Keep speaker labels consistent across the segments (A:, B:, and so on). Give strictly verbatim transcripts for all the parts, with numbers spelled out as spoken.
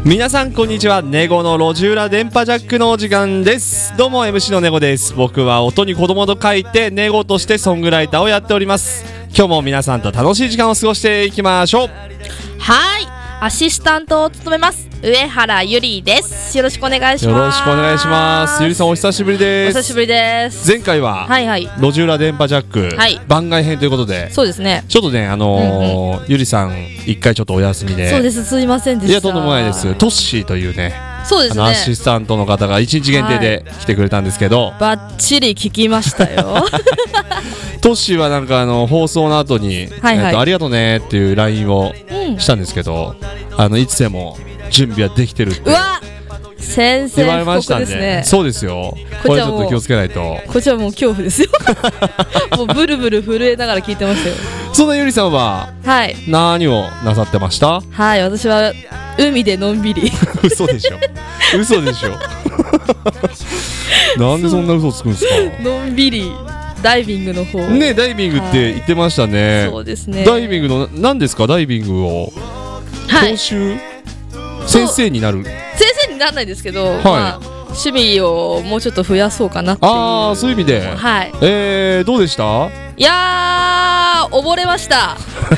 A: 皆さんこんにちは。ネゴの路地裏電波ジャックのお時間です。どうも エムシー のネゴです。僕は音に子供と書いてネゴとしてソングライターをやっております。今日も皆さんと楽しい時間を過ごしていきましょう。
B: はい、アシスタントを務めます上原ゆりです。よろしくお願いします。
A: よろしくお願いします。ゆりさんお久しぶりです。
B: お久しぶりです。
A: 前回は、はいはい、路地裏電波ジャック、はい、番外編ということで、
B: そうですね、
A: ちょっとね、あのーうんうん、ゆりさん一回ちょっとお休みで。
B: そうです、すいませんでした。
A: いや、とんでもないです。トッシーというね、
B: そうですね、
A: あのアシスタントの方がいちにち限定で来てくれたんですけど、
B: バッチリ聞きましたよ
A: トッシーはなんかあの放送の後に、はいはい、えっと、ありがとうねっていう ライン をしたんですけど、うん、あのいつでも準備はできてるって
B: うわ先生
A: 言われましたんで、ね、そうですよ。これちょっと気をつけないと。
B: こちらもう恐怖ですよもうブルブル震えながら聞いてましたよ。
A: そんなゆりさんは、はい、何をなさってました？
B: はい、私は海でのんびり
A: 嘘でしょ嘘でしょなんでそんな嘘つくんですか？
B: のんびりダイビングの方
A: ね、ダイビングって言ってましたね、はい、
B: そうですね。
A: ダイビングの何ですか？ダイビングを講習、はい、先生になる？
B: 先生にならないですけど、はい、まあ、趣味をもうちょっと増やそうかなっていう。
A: ああ、そういう意味で、はい、えー、どうでした？
B: いやー、溺れました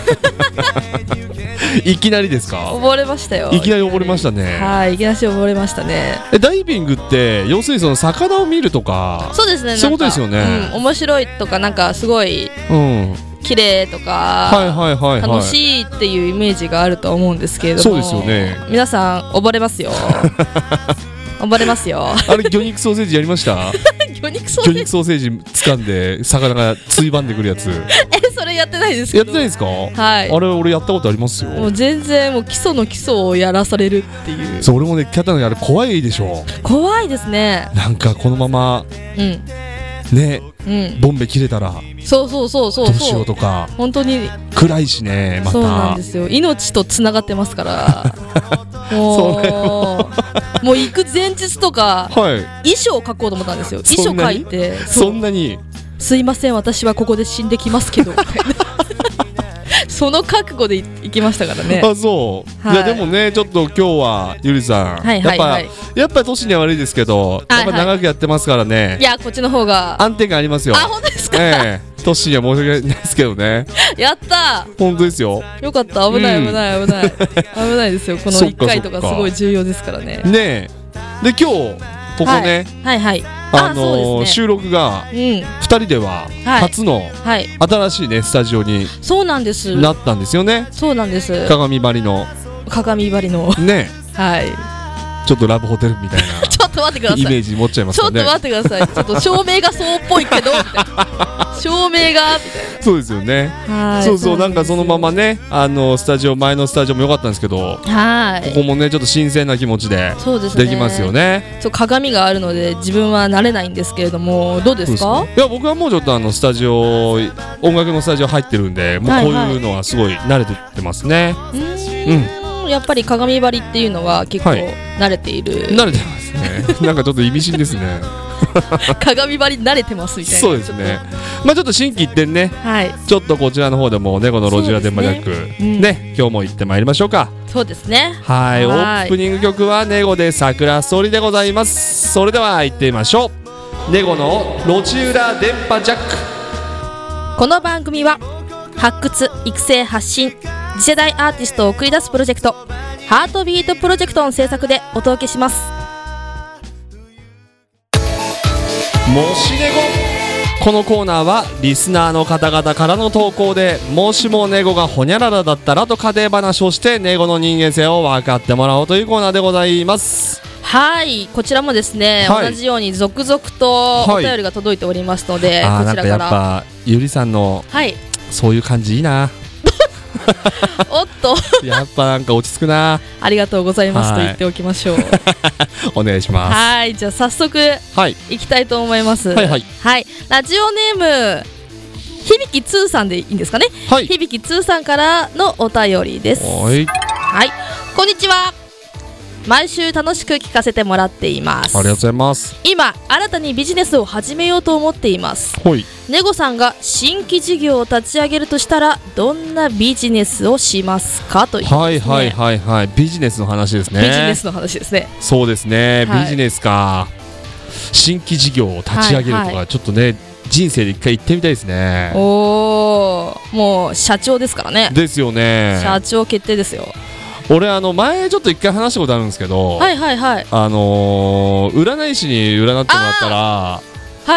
A: いきなりですか？
B: 溺れましたよ。
A: いきなり溺れましたね。
B: はい、いきなり溺れましたね。
A: え、ダイビングって要するにその魚を見るとか、
B: そうですね、
A: そういうことですよね、
B: うん、面白いとか、なんかすごい、うん、綺麗とか、
A: はいはいはいはい、
B: 楽しいっていうイメージがあると思うんですけれども、
A: そうですよね。
B: 皆さん溺れますよ溺れますよ
A: あれ、魚肉ソーセージやりました
B: 魚肉ソーセージ、
A: 魚肉ソーセージ掴んで魚がついばんでくるやつ
B: え、それやってないですけど。
A: やってないですか？
B: はい、
A: あれ俺やったことありますよ。
B: もう全然もう基礎の基礎をやらされるっていう。
A: そう、俺もね、キャタのあれ怖いでしょ。
B: 怖いですね。
A: なんかこのまま、うん、ね、うん、ボンベ切れたら
B: そうそうそうそう、
A: どうしようとか、
B: 本当に
A: 暗いしね、また。
B: そうなんですよ、命とつながってますからもうもう行く前日とか、はい、遺書を書こうと思ったんですよ。遺書書いて、
A: そんなに
B: すいません、私はここで死んできますけどその覚悟で行きましたからね。
A: あ、そう、はい、いやでもね、ちょっと今日はゆりさん、はいはいはい、やっぱやっぱ年には悪いですけど、やっぱ長くやってますからね、はいはい、い
B: や、こっちの方が
A: 安定感ありますよ。
B: あ、本当ですか？
A: ええ、トッシーには申し訳ないですけどね
B: やったー、
A: 本当ですよ。
B: よかった、危ない危ない危ない、うん、危ないですよ。このいっかいとかすごい重要ですからね。
A: ねえ、で今日ここね、
B: はい、はいはい、
A: あのーね、収録がふたりでは初の新しいねスタジオになったんですよね。
B: そうなんです。
A: 鏡張りの
B: 鏡張りの
A: ね、
B: はい、
A: ちょっとラブホテルみたいな
B: ちょっと待ってください、
A: イメージ持っちゃいますからね。
B: ちょっと待ってください、ちょっと照明がそうっぽいけどみたいな照明がみたいな。
A: そうですよね。はい、そうそう、なんかそのままね、あのスタジオ、前のスタジオも良かったんですけど、はい、ここもねちょっと新鮮な気持ちでできますよね。
B: そう、鏡があるので自分は慣れないんですけれども、どうですか？
A: いや、僕はもうちょっとあのスタジオ、音楽のスタジオ入ってるんで、もうこういうのはすごい慣れてってますね。はいはい、
B: うん、やっぱり鏡張りっていうのは結構慣れている、はい、
A: 慣れてますねなんかちょっと意味深ですね
B: 鏡張り慣れてますみたいな。
A: そうですね。まあちょっと心機一転ね、はい、ちょっとこちらの方でもネゴの路地裏電波ジャック、ね、うん、ね、今日も行ってまいりましょうか。
B: そうですね。
A: はい、オープニング曲はネゴで桜ソリでございます。それでは行ってみましょう。ネゴの路地裏電波ジャック。
B: この番組は発掘、育成、発信、次世代アーティストを送り出すプロジェクト、ハートビートプロジェクトの制作でお届けします。
A: もしネゴ。このコーナーはリスナーの方々からの投稿で、もしもネゴがホニャララだったらと家庭話をしてネゴの人間性を分かってもらおうというコーナーでございます。
B: はい、こちらもですね、はい、同じように続々とお便りが届いておりますので、
A: はい、
B: こちらから。
A: あ、なんかやっぱゆりさんの、はい、そういう感じいいな
B: おっと
A: やっぱなんか落ち着くな。
B: ありがとうございますと言っておきましょう
A: お願いします。
B: はい、じゃあ早速、はい、いきたいと思います。はいはい、はい、ラジオネーム響きつーさんでいいんですかね。はい、響きつーさんからのお便りです。はい、はい、こんにちは。 毎週楽しく聞かせてもらっています。
A: ありがとうございます。
B: 今新たにビジネスを始めようと思っています。
A: はい。
B: ネゴさんが新規事業を立ち上げるとしたらどんなビジネスをしますかということですね。
A: はいはいはいはい。ビジネスの話ですね。
B: ビジネスの話ですね。
A: そうですね、
B: はい、
A: ビジネスか。新規事業を立ち上げるとか、はいはい、ちょっとね人生で一回行ってみたいですね。
B: おー、もう社長ですからね。
A: ですよね。
B: 社長決定ですよ。
A: 俺あの前ちょっと一回話したことあるんですけど、
B: はいはいはい、
A: あのー、占い師に占ってもらったら、
B: はい、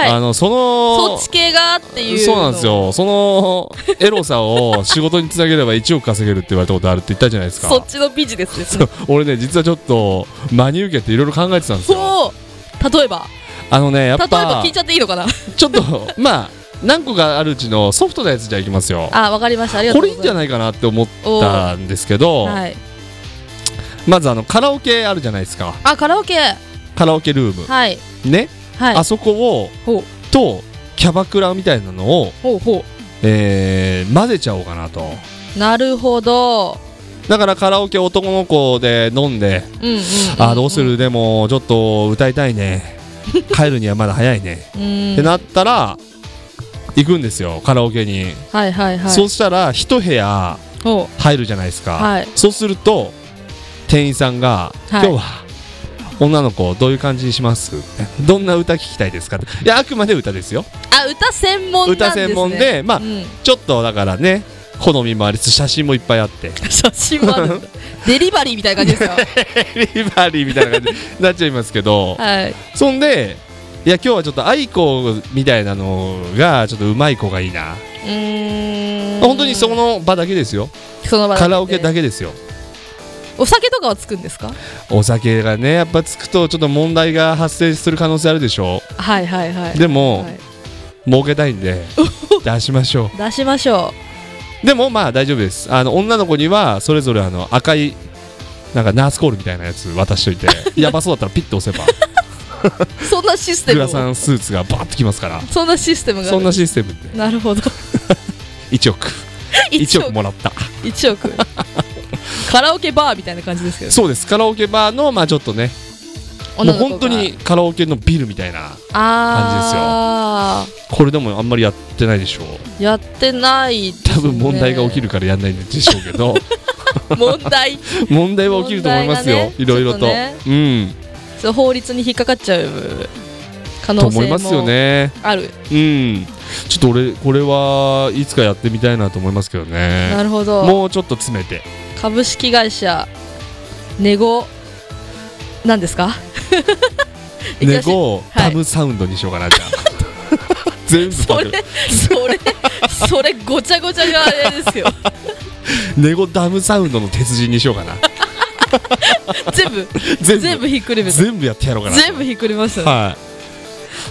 A: あのその
B: そっち系がっていう
A: そうなんですよ。そのエロさを仕事につなげればいちおく稼げるって言われたことあるって言ったじゃないですか。
B: そっちのビジネスですね。
A: 俺ね実はちょっと真に受けていろいろ考えてたんですよ。
B: そう例えば
A: あのねやっぱ
B: 例えば聞いちゃっていいのかな。
A: ちょっとまあ何個かあるうちのソフトなやつじゃいきますよ。
B: あ、わかりました。ありがとうございます。
A: これいいんじゃないかなって思ったんですけど、
B: はい、
A: まずあのカラオケあるじゃないですか。
B: あ、カラオケ
A: カラオケルーム、
B: はい、
A: ね、はい、あそこをとキャバクラみたいなのを
B: ほうほう、
A: えー、混ぜちゃおうかなと。
B: なるほど。
A: だからカラオケ男の子で飲んで、うんうんうんうん、あどうするでもちょっと歌いたいね帰るにはまだ早いねってなったら行くんですよカラオケに。
B: はいはいはい。
A: そうしたら一部屋入るじゃないですか、はい、そうすると店員さんが、はい、今日は女の子どういう感じにしますどんな歌聞きたいですか。いやあくまで歌ですよ。
B: あ、歌専門なんですね。
A: 歌専門でまあ、うん、ちょっとだからね好みもありつつ写真もいっぱいあって
B: 写真もあるんだデリバリーみたいな感じですよ
A: デリバリーみたいな感じになっちゃいますけど、はい、そんでいや今日はちょっと愛子みたいなのがちょっとうまい子がいいな。うーん本当にその場だけですよ。
B: その場だけ
A: カラオケだけですよ。
B: お酒とかはつくんですか。
A: お酒がねやっぱつくとちょっと問題が発生する可能性あるでしょ。
B: はいはいはい。
A: でも、はい、儲けたいんで出しましょう
B: 出しましょ
A: う。でもまあ大丈夫です。あの女の子にはそれぞれあの赤いなんかナースコールみたいなやつ渡しといてやばそうだったらピッと押せば
B: そんなシステム
A: グラサンスーツがバーッときますから。
B: そんなシステムがある。
A: そんなシステムで。
B: なるほど
A: いちおくいちおくもらった
B: いちおくカラオケバーみたいな感じですけど、ね、
A: そうです。カラオケバーのまあちょっとねもう本当にカラオケのビルみたいな感じですよ。あこれでもあんまりやってないでしょう。
B: やってないですね。
A: 多分問題が起きるからやんないんでしょうけど
B: 問題
A: 問題は起きると思いますよ、ね、いろいろと、ね、うん
B: そう法律に引っかかっちゃう可能性もと思いますよね。ある。
A: うんちょっと俺これはいつかやってみたいなと思いますけどね。
B: なるほど。
A: もうちょっと詰めて
B: 株式会社ネゴなんですか
A: ネゴタムサウンドにしようかな、はい、じゃあ全部
B: それそれそれごちゃごちゃがあれですよ
A: ネゴダムサウンドの鉄人にしようかな
B: 全部全部全部ひっくりめ
A: 全部やってやろうかな。
B: 全部ひっくりましたね。
A: はい。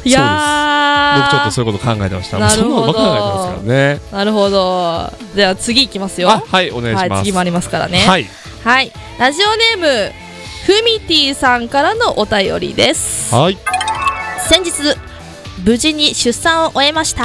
A: いや僕ちょっとそういうこと考えてました。
B: なるほど。
A: そんなの考えてますからね。
B: なるほど。じゃあ次いきますよ。
A: はいお願いします、
B: はい、次もありますからね。
A: はい
B: はいラジオネームふみティさんからのお便りです。
A: はい。
B: 先日無事に出産を終えました。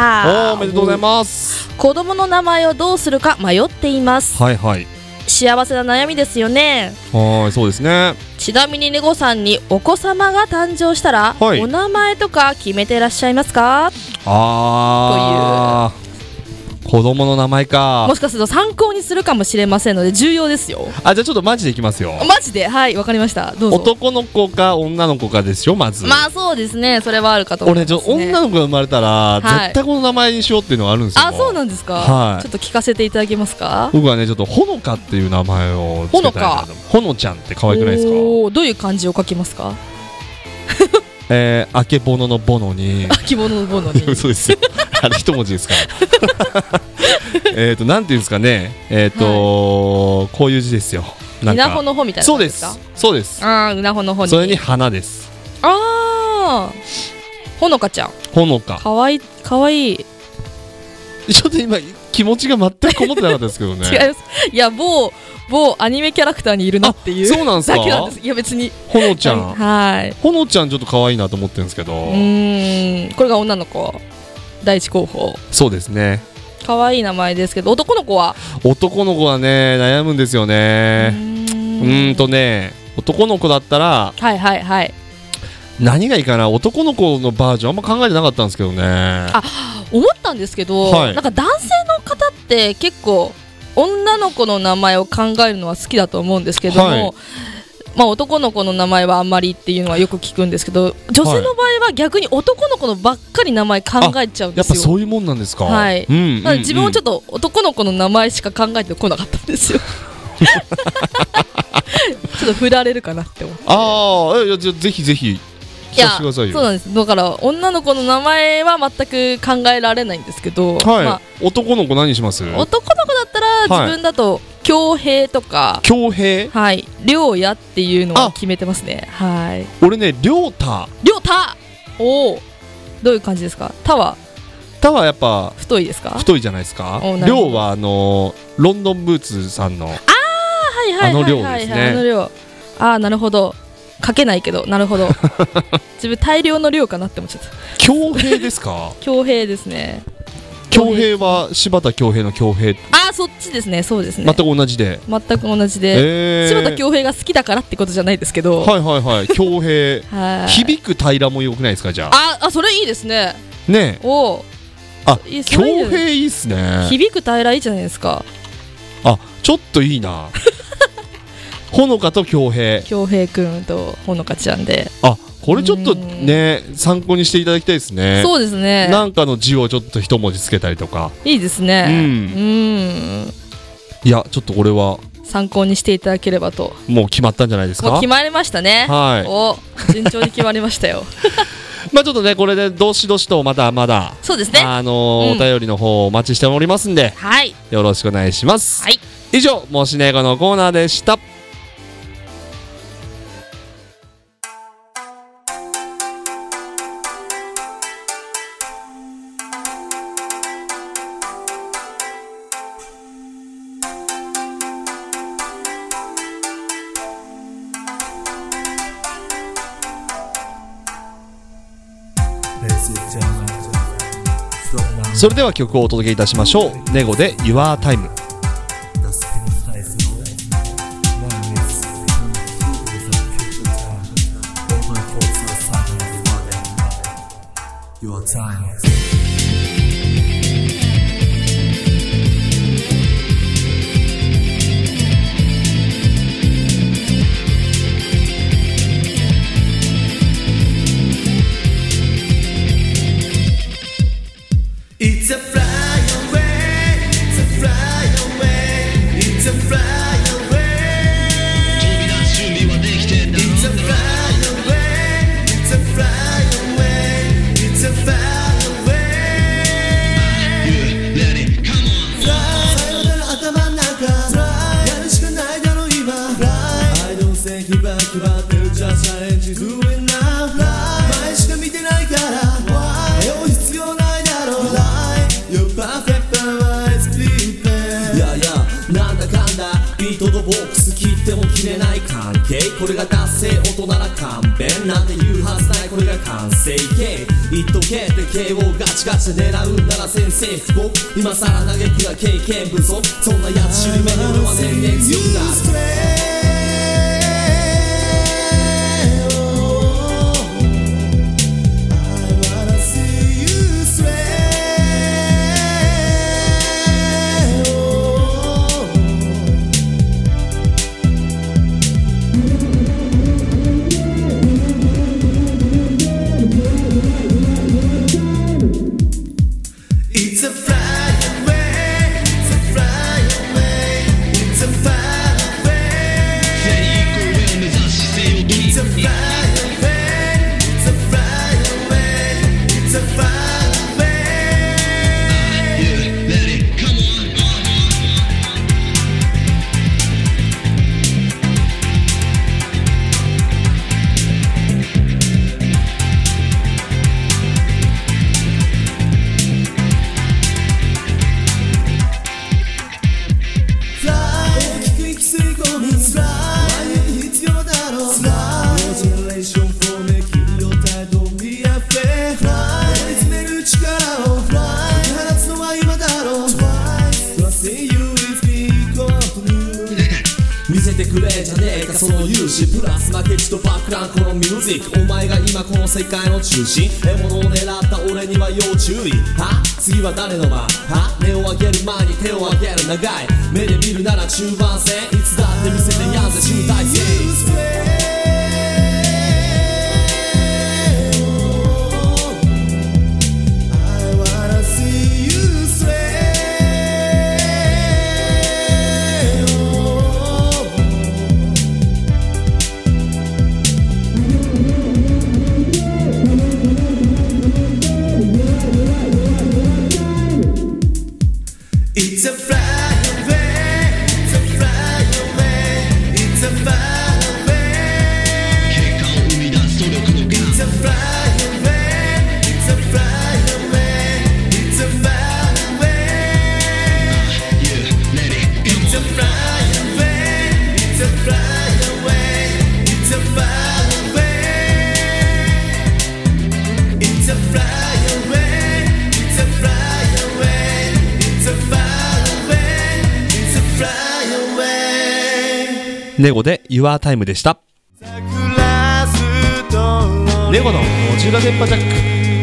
A: おめでとうございます。
B: 子供の名前をどうするか迷っています。
A: はいはい。
B: 幸せな悩みですよね。
A: はいそうですね。
B: ちなみにネゴさんにお子様が誕生したら、はい、お名前とか決めてらっしゃいますか。
A: あーという子供の名前か。
B: もしかすると参考にするかもしれませんので重要ですよ。
A: あじゃあちょっとマジでいきますよ。
B: マジではいわかりました。どうぞ。
A: 男の子か女の子かですよまず。
B: まあそうですねそれはあるかと思います、ね、
A: 俺女の子が生まれたら、はい、絶対この名前にしようっていうのがあるんですよ。
B: あそうなんですか、はい、ちょっと聞かせていただけますか。
A: 僕はねちょっとほのかっていう名前をつけたいなと。ほのかほのちゃんって可愛くないですか。
B: おどういう漢字を書きますか。
A: えー、あけぼののぼのに
B: あけぼののぼのにそう
A: ですよあれ一文字ですからえっとなんていうんですかねえっ、ー、と、はい、こういう字ですよ。
B: うなほのほみたいな感じですか。
A: そうですそうです。
B: あうなほのほに
A: それに花です。
B: ああほのかちゃん
A: ほのかか
B: わいいかわいい。
A: ちょっと今気持ちが全くこもってなかったですけどね
B: 違います。いや某某アニメキャラクターにいるなっていう
A: そうなんですか。
B: だけなんです。いや別に
A: ほのちゃん
B: はい
A: ほのちゃんちょっと可愛いなと思ってるんですけど。う
B: ーんこれが女の子第一候補。
A: そうですね
B: 可愛い名前ですけど男の子は
A: 男の子はね悩むんですよね。うーんうーんとね男の子だったら
B: はいはいはい
A: 何がいいかな。男の子のバージョンあんま考えてなかったんですけどね。あ、
B: 思ったんですけど、はい、なんか男性の方って結構女の子の名前を考えるのは好きだと思うんですけども、はい、まあ、男の子の名前はあんまりっていうのはよく聞くんですけど、女性の場合は逆に男の子のばっかり名前考えちゃうんですよ。
A: やっぱそういうもんなんですか。
B: はい、うんうんうん、自分もちょっと男の子の名前しか考えてこなかったんですよちょっと振られるかなって思って。
A: ああ、いや、じゃぜひぜひ聞かせてくださいよ。
B: そうなんです。だから女の子の名前は全く考えられないんですけど、
A: はい、まあ、男の子何します？
B: 男の子だったら自分だと恭平とか、
A: 恭平、
B: はい、亮也っていうのを決めてますね。はい。
A: 俺ね、亮太。
B: 亮太。おお。どういう感じですか？太は
A: 太はやっぱ
B: 太いですか？
A: 太いじゃないですか。亮はあのー、ロンドンブーツさんの、ああ、
B: はいはいはいはい、
A: あの亮ですね。
B: あの亮。ああ、なるほど。書けないけど、なるほど自分大量の量かなって思っちゃった。
A: 恭平ですか？
B: 恭平ですね。
A: 恭平は柴田恭平の恭平。
B: ああ、そっちですね。そうですね。
A: 全く同じで
B: 全く同じで、えー、柴田恭平が好きだからってことじゃないですけど、
A: はいはいはい、恭平はい響く平もよくないですか？じゃ
B: ああ、あ、それいいですね。
A: ねえ、
B: お
A: あ、恭平いいっすね。
B: 響く平いいじゃないですか。
A: あ、ちょっといいなほのかと恭平、
B: 恭平くんとほのかちゃんで、
A: あ、これちょっとね参考にしていただきたいですね。
B: そうですね。
A: なんかの字をちょっと一文字つけたりとか
B: いいですね。うん、うん、
A: いや、ちょっとこれは
B: 参考にしていただければと。
A: もう決まったんじゃないですか？
B: もう決まりましたね。はい、お、順調に決まりましたよ
A: まあちょっとね、これでどしどしとまだまだ、
B: そうですね、
A: あのーうん、お便りの方お待ちしておりますんで、
B: はい、
A: よろしくお願いします。
B: はい、
A: 以上、もしねごのコーナーでした。それでは曲をお届けいたしましょう。ネゴで Your Time。
C: It's a fly away, it's a fly away, it's a fly away. It's a fly away, it's a fly away, it's a fly away. Let it come on. Fly, さよなら頭の中 Fly, やるしかないだろ今 Fly, I don't think 気ば気ばってる Just challenge do it now. Fly, 前しか見てないから Why, 迷う必要ないだろ Your perfect power is sleeping. いやいや、なんだかんだビートとボックス切っても切れない関係。これが達成音なら勘弁なんて言うはずない。これが完成形。言っとけって ケーオー ガチガチで狙うんなら先制不幸。今さら嘆くが経験不足。そんなやつ知り目に俺は年々強くなる。It's a fly away, it's a fly away, it's a fly away. プレイじゃねえかその勇姿プラス負けじとバックランこのミュージックお前が今この世界の中心獲物を狙った俺には要注意は次は誰の番は目を上げる前に手を上げる長い目で見るなら中盤戦いつだって見せてやんぜ集大成It's a fly away, it's a fly away, it's a fly away 結果を生み出す努力の It's a fly away, it's a fly away, it's a fly away Yeah, let it go It's a fly away, it's a fly away, it's a fly away It's a fly away, it's a fly away, it's a fly
A: ネゴで Your Time でした。ネゴのモジュラ電波ジャック。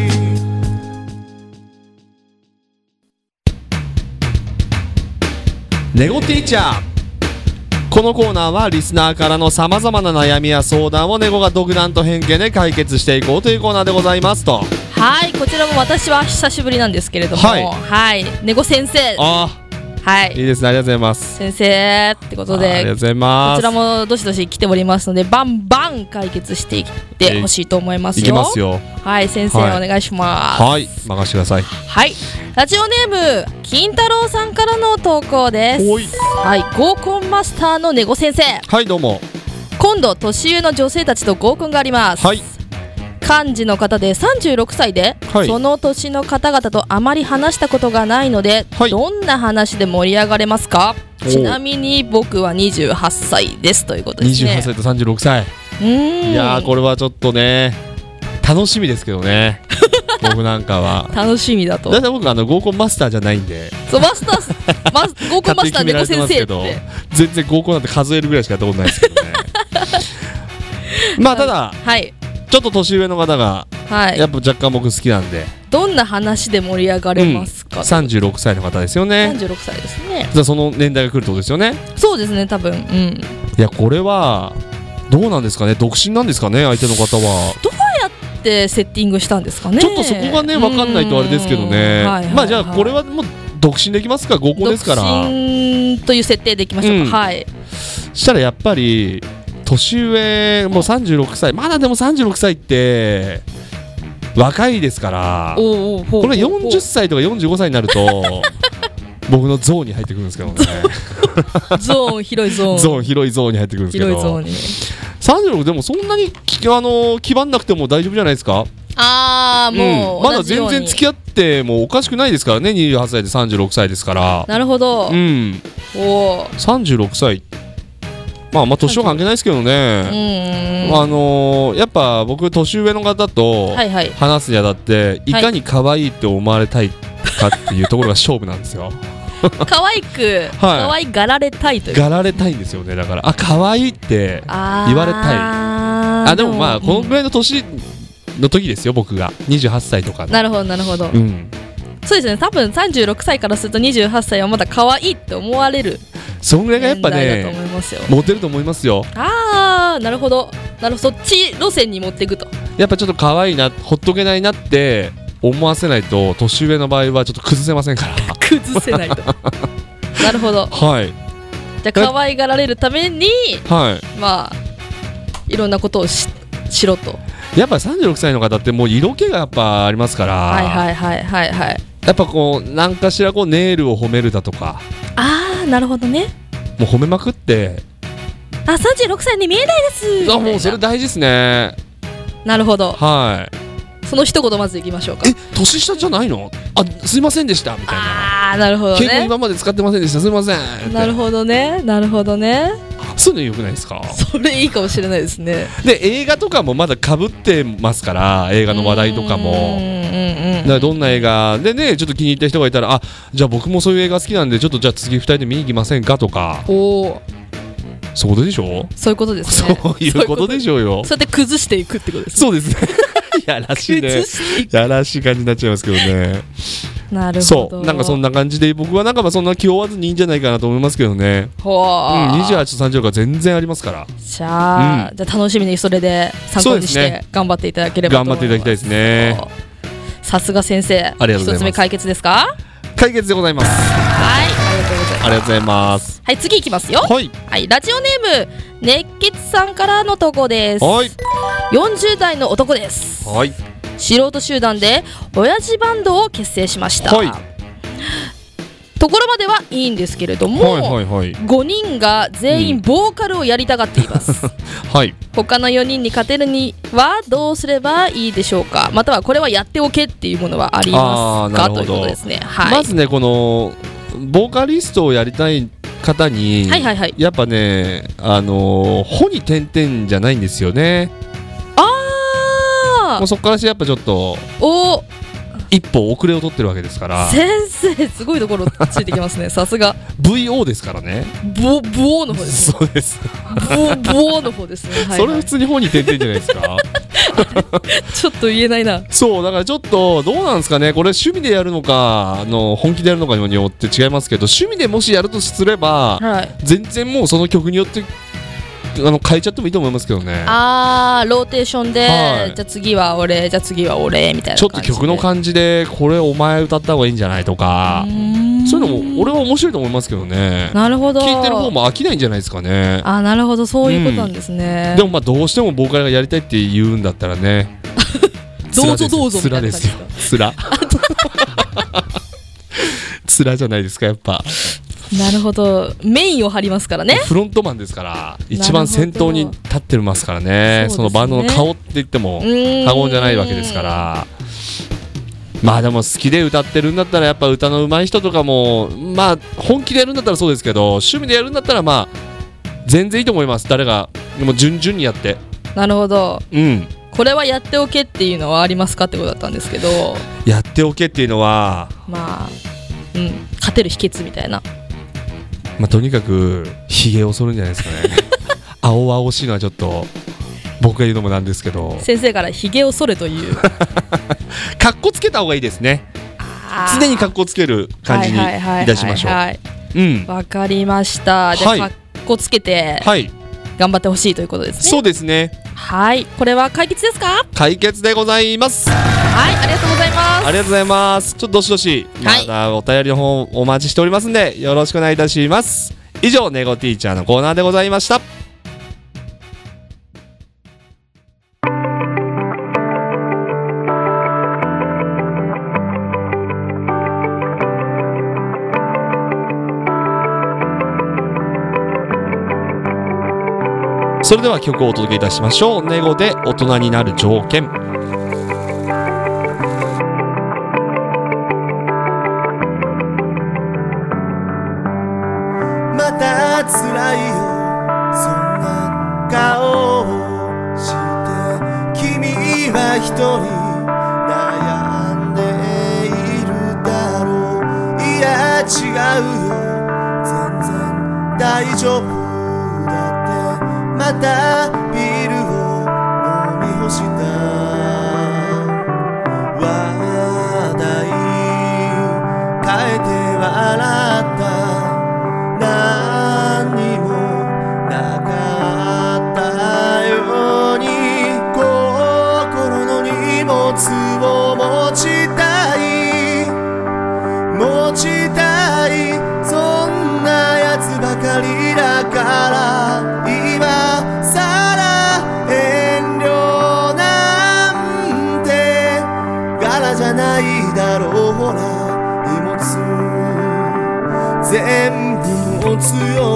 A: ネゴティーチャー。このコーナーはリスナーからのさまざまな悩みや相談をネゴが独断と偏見で解決していこうというコーナーでございますと。
B: はい、こちらも私は久しぶりなんですけれども、はい、はい、ネゴ先生。
A: あー
B: はい、
A: いいですね、ありがとうございます。
B: 先生ってことで、
A: ありがとうございます。
B: こちらもどしどし来ておりますので、バンバン解決していってほしいと思いますよ。
A: いきますよ。
B: はい、先生、はい、お願いします。
A: はい、任せてください。
B: はい、ラジオネーム金太郎さんからの投稿です。はい、合コンマスターのネゴ先生。
A: はい、どうも。
B: 今度年上の女性たちと合コンがあります。はい。幹事の方でさんじゅうろくさいで、はい、その年の方々とあまり話したことがないので、はい、どんな話で盛り上がれますか？ちなみに僕はにじゅうはっさいですということですね。にじゅうはっさいとさんじゅうろくさい。うーん、いやー、これはちょっとね楽しみですけどね僕なんかは楽しみだと。だって僕あの合コンマスターじゃないんで、そうマスターマス合コンマスターネコ先生って全然合コンなんて数えるぐらいしかやったことないですけどねまあただ、はい、ちょっと年上の方が、はい、やっぱ若干僕好きなんで、どんな話で盛り上がれますか？うん、さんじゅうろくさいの方ですよね。さんじゅうろくさいですね。じゃあその年代が来るってことですよね。そうですね、多分。うん。いや、これはどうなんですかね、独身なんですかね、相手の方は。どうやってセッティングしたんですかね。ちょっとそこがね分かんないとあれですけどね。はいはいはい、まあじゃあこれはもう独身できますか、合コンですから。独身という設定でいきましょうか。うん、はい。したらやっぱり年上もうさんじゅうろくさい、まだでもさんじゅうろくさいって若いですから、おお、これよんじゅっさいとかよんじゅうごさいになると僕のゾーンに入ってくるんですけどねゾーン広いゾーンゾーン広いゾーンに入ってくるんですけど、広いゾーンにさんじゅうろくでもそんなにあの気張んなくても大丈夫じゃないですか。あー、もう、うん、まだ全然付き合ってもおかしくないですからね。にじゅうはっさいでさんじゅうろくさいですから。なるほど、うん、おさんじゅうろくさい、まあまあ年は関係ないですけどね。うん、あのー、やっぱ僕年上の方と話すにあたっていかに可愛いって思われたいかっていうところが勝負なんですよ可愛く、可愛がられたいという、がられたいんですよね。だからあ、可愛いって言われたい。ああ、でもまあこのぐらいの年の時ですよ、僕がにじゅうはっさいとかの。なるほどなるほど、うん、そうですね。多分さんじゅうろくさいからするとにじゅうはっさいはまだ可愛いって思われる、そんぐらいがやっぱねモテると思いますよ。ああ、なるほどなるほど、そっち路線に持っていくと、やっぱちょっと可愛いな、ほっとけないなって思わせないと年上の場合はちょっと崩せませんから崩せないとなるほど、はい。じゃあ可愛がられるために、はい、まあいろんなことを し, しろと。やっぱさんじゅうろくさいの方ってもう色気がやっぱありますから、はいはいはいはいはい、やっぱこう何かしらこうネイルを褒めるだとか、ああ、なるほどね、もう褒めまくって、あ、さんじゅうろくさいに見えないです、あ、もうそれ大事ですね。なるほど、はい。その一言まずいきましょうか。え、年下じゃないの？あ、すいませんでしたみたいな。あー、なるほどね。結構今まで使ってませんでした、すいません。なるほどね、なるほどね。そういうの良くないですか？それいいかもしれないですね。で、映画とかもまだ被ってますから、映画の話題とかも。だからどんな映画でね、ちょっと気に入った人がいたら、あ、じゃあ僕もそういう映画好きなんで、ちょっとじゃあ次ふたりで見に行きませんかとか。おー、
A: そういうことでしょ。
B: そういうことですね。
A: そういうことでしょうよ。
B: そうやって崩していくってことですね。
A: そうですね。やらしいね。やらしい感じになっちゃいますけどね。
B: なるほど。
A: そうなんかそんな感じで僕はなんかまあそんな気負わずにいいんじゃないかなと思いますけどね。
B: ほー、
A: うん、にじゅうはちとさんじゅうろくは全然ありますから。
B: じゃあ、うん、じゃあ楽しみにそれで参考にして頑張っていただければと思います。
A: 頑張っていただきたいですね。
B: さすが先生。
A: ありがとうございます。
B: 一つ目解決ですか？
A: 解決でございます。
B: はい、ありがとうございます。
A: ありがとうございます。
B: はい、次いきますよ。
A: はい、
B: はい、ラジオネーム熱血さんからの投稿です。
A: はい、
B: よんじゅう代の男です。
A: はい、
B: 素人集団で親父バンドを結成しました。はい、ところまではいいんですけれども、はいはいはい、ごにんが全員ボーカルをやりたがっています、うんはい、他のよにんに勝てるにはどうすればいいでしょうか。またはこれはやっておけっていうものはありますかということですね、はい、
A: まずねこのボーカリストをやりたい方に、はいはいはい、やっぱね、あのー、穂に点々じゃないんですよね。
B: あ
A: もうそこからしてやっぱちょっと
B: お
A: 一歩遅れを取ってるわけですから。
B: 先生すごいところついてきますね。さすが
A: ブイオー ですからね。
B: ボボオの方です、
A: ね、そうです
B: ボボオの方ですね、はいはい、
A: それ普通に本に点々じゃないですか
B: ちょっと言えないな。
A: そうだからちょっとどうなんですかね。これ趣味でやるのかあの本気でやるのかによって違いますけど、趣味でもしやるとすれば、はい、全然もうその曲によってあの変えちゃってもいいと思いますけどね。
B: あーローテーションで、はい、じゃあ次は俺じゃあ次は俺みたいな感じで
A: ちょっと曲の感じでこれお前歌った方がいいんじゃないとか、そういうのも俺は面白いと思いますけどね。
B: なるほど。
A: 聴いてる方も飽きないんじゃないですかね。
B: あなるほどそういうことなんですね、
A: うん、でもまあどうしてもボーカルがやりたいって言うんだったらね
B: どうぞどうぞ
A: つらですよ。つらつらじゃないですかやっぱ。
B: なるほどメインを張りますからね。
A: フロントマンですから一番先頭に立ってますから ね, そ, ねそのバンドの顔って言っても過言じゃないわけですから。まあでも好きで歌ってるんだったらやっぱ歌の上手い人とかもまあ本気でやるんだったらそうですけど、趣味でやるんだったらまあ全然いいと思います。誰がでも順々にやって。
B: なるほど、
A: うん、
B: これはやっておけっていうのはありますかってことだったんですけど、
A: やっておけっていうのは
B: まあ、うん、勝てる秘訣みたいな。
A: まあ、とにかくひげを剃るんじゃないですかね青々しいのはちょっと僕が言うのもなんですけど、
B: 先生からひげを剃れという
A: かっこつけた方がいいですね。常にかっこつける感じにいたしましょう。
B: わかりました。じゃあ、はい、かっこつけて頑張ってほしいということですね。
A: そうですね。
B: はい、これは解決ですか？
A: 解決でございます。
B: はい、ありがとうございます。
A: ありがとうございます。ちょっとどしどしまだお便りの方お待ちしておりますんでよろしくお願いいたします。以上ネゴティーチャーのコーナーでございました。それでは曲をお届けいたしましょう。ネゴで大人になる条件。
C: また辛いよそんな顔をして君は一人悩んでいるだろう。いや違うよ全然大丈夫またビールを飲み干した話題変えて笑った何にもなかったように心の荷物を持ちたい持ちたいそんなやつばかりだからないだろう。ほら荷物全部持つよ。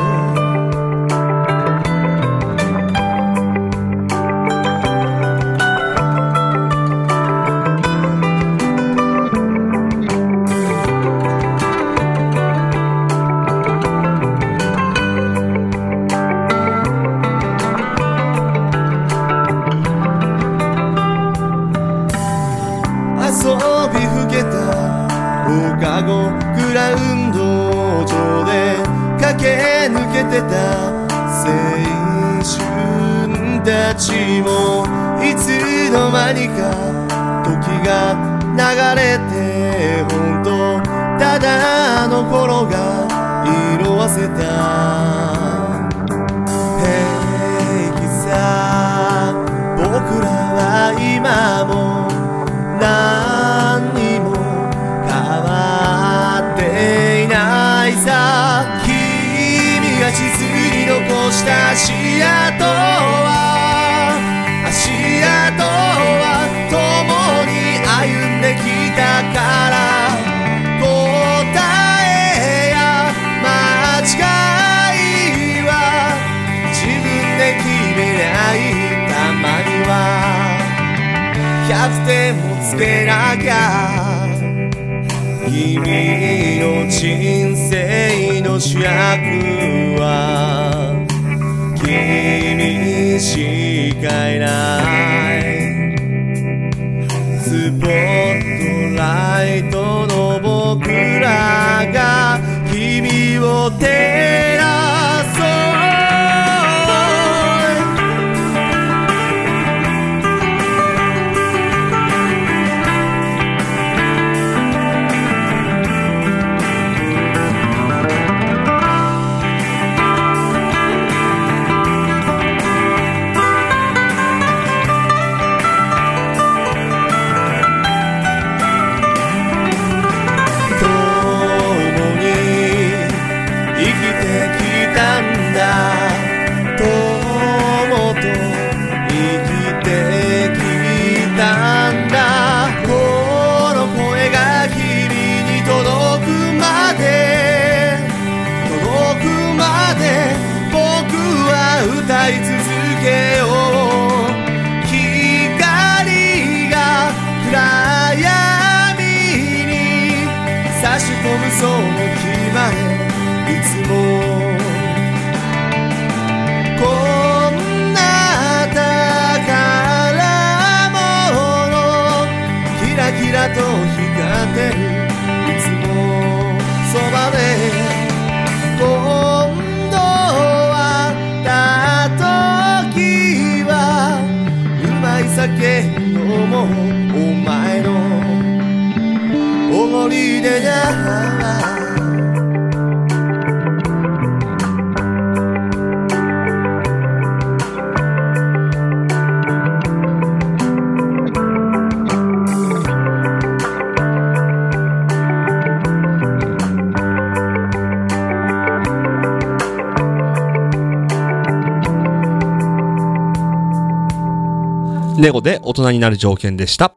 C: 放課後グラウンド上で駆け抜けてた青春たちもいつの間にか時が流れて本当ただあの頃が色あせた平気さ僕らは今も何にも変わっていないさ君が地図に残した足跡は足跡は共に歩んできたから答えや間違いは自分で決めないたまにはひゃくてんもつけなきゃ君の人生の主役は君しかいないスポットライトの僕らが君を照らそう歌い続けよう光が暗闇に差し込むその日までいつもこんな宝物キラキラと光ってるいつもそばで酒飲もうお前の思い出だ
A: ネゴで大人になる条件でした。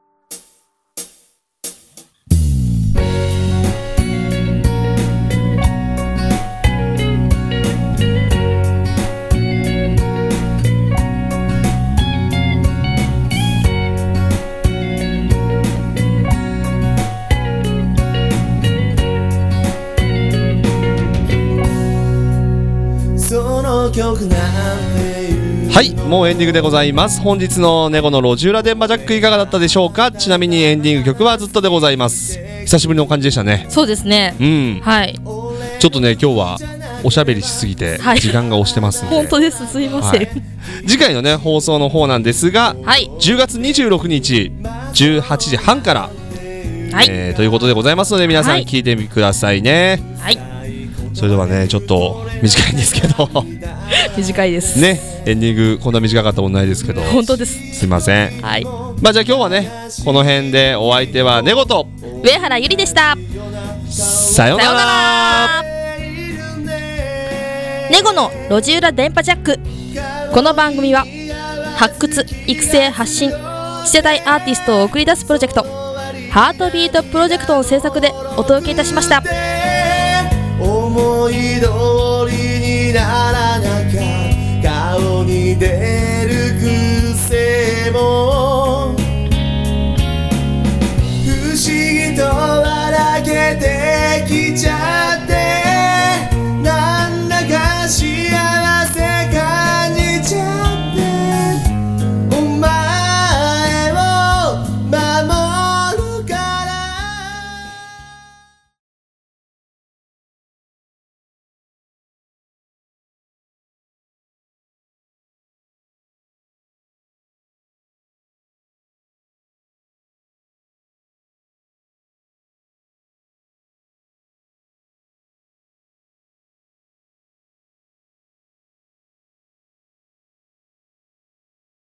C: その曲なんて
A: はい、もうエンディングでございます。本日のネゴの路地裏電波ジャックいかがだったでしょうか。ちなみにエンディング曲はずっとでございます。久しぶりの感じでしたね。
B: そうですね、
A: うん、
B: はい。
A: ちょっとね今日はおしゃべりしすぎて時間が押してますんで、
B: はい、本当です、すいません、はい、
A: 次回のね放送の方なんですが、はい、じゅうがつにじゅうろくにちじゅうはちじはんから、はい、えー、ということでございますので皆さん聞いてみてくださいね。はい、それではねちょっと短いんですけど
B: 短いです
A: ね。エンディングこんな短かったもんないですけど
B: 本当です、
A: すいません。はい、まあじゃあ今日はねこの辺でお相手はネゴと
B: 上原ゆりでした。
A: さようなら。
B: ネゴの路地裏電波ジャック。この番組は発掘育成発信次世代アーティストを送り出すプロジェクトハートビートプロジェクトの制作でお届けいたしました。
C: 思い通りにならなきゃ顔に出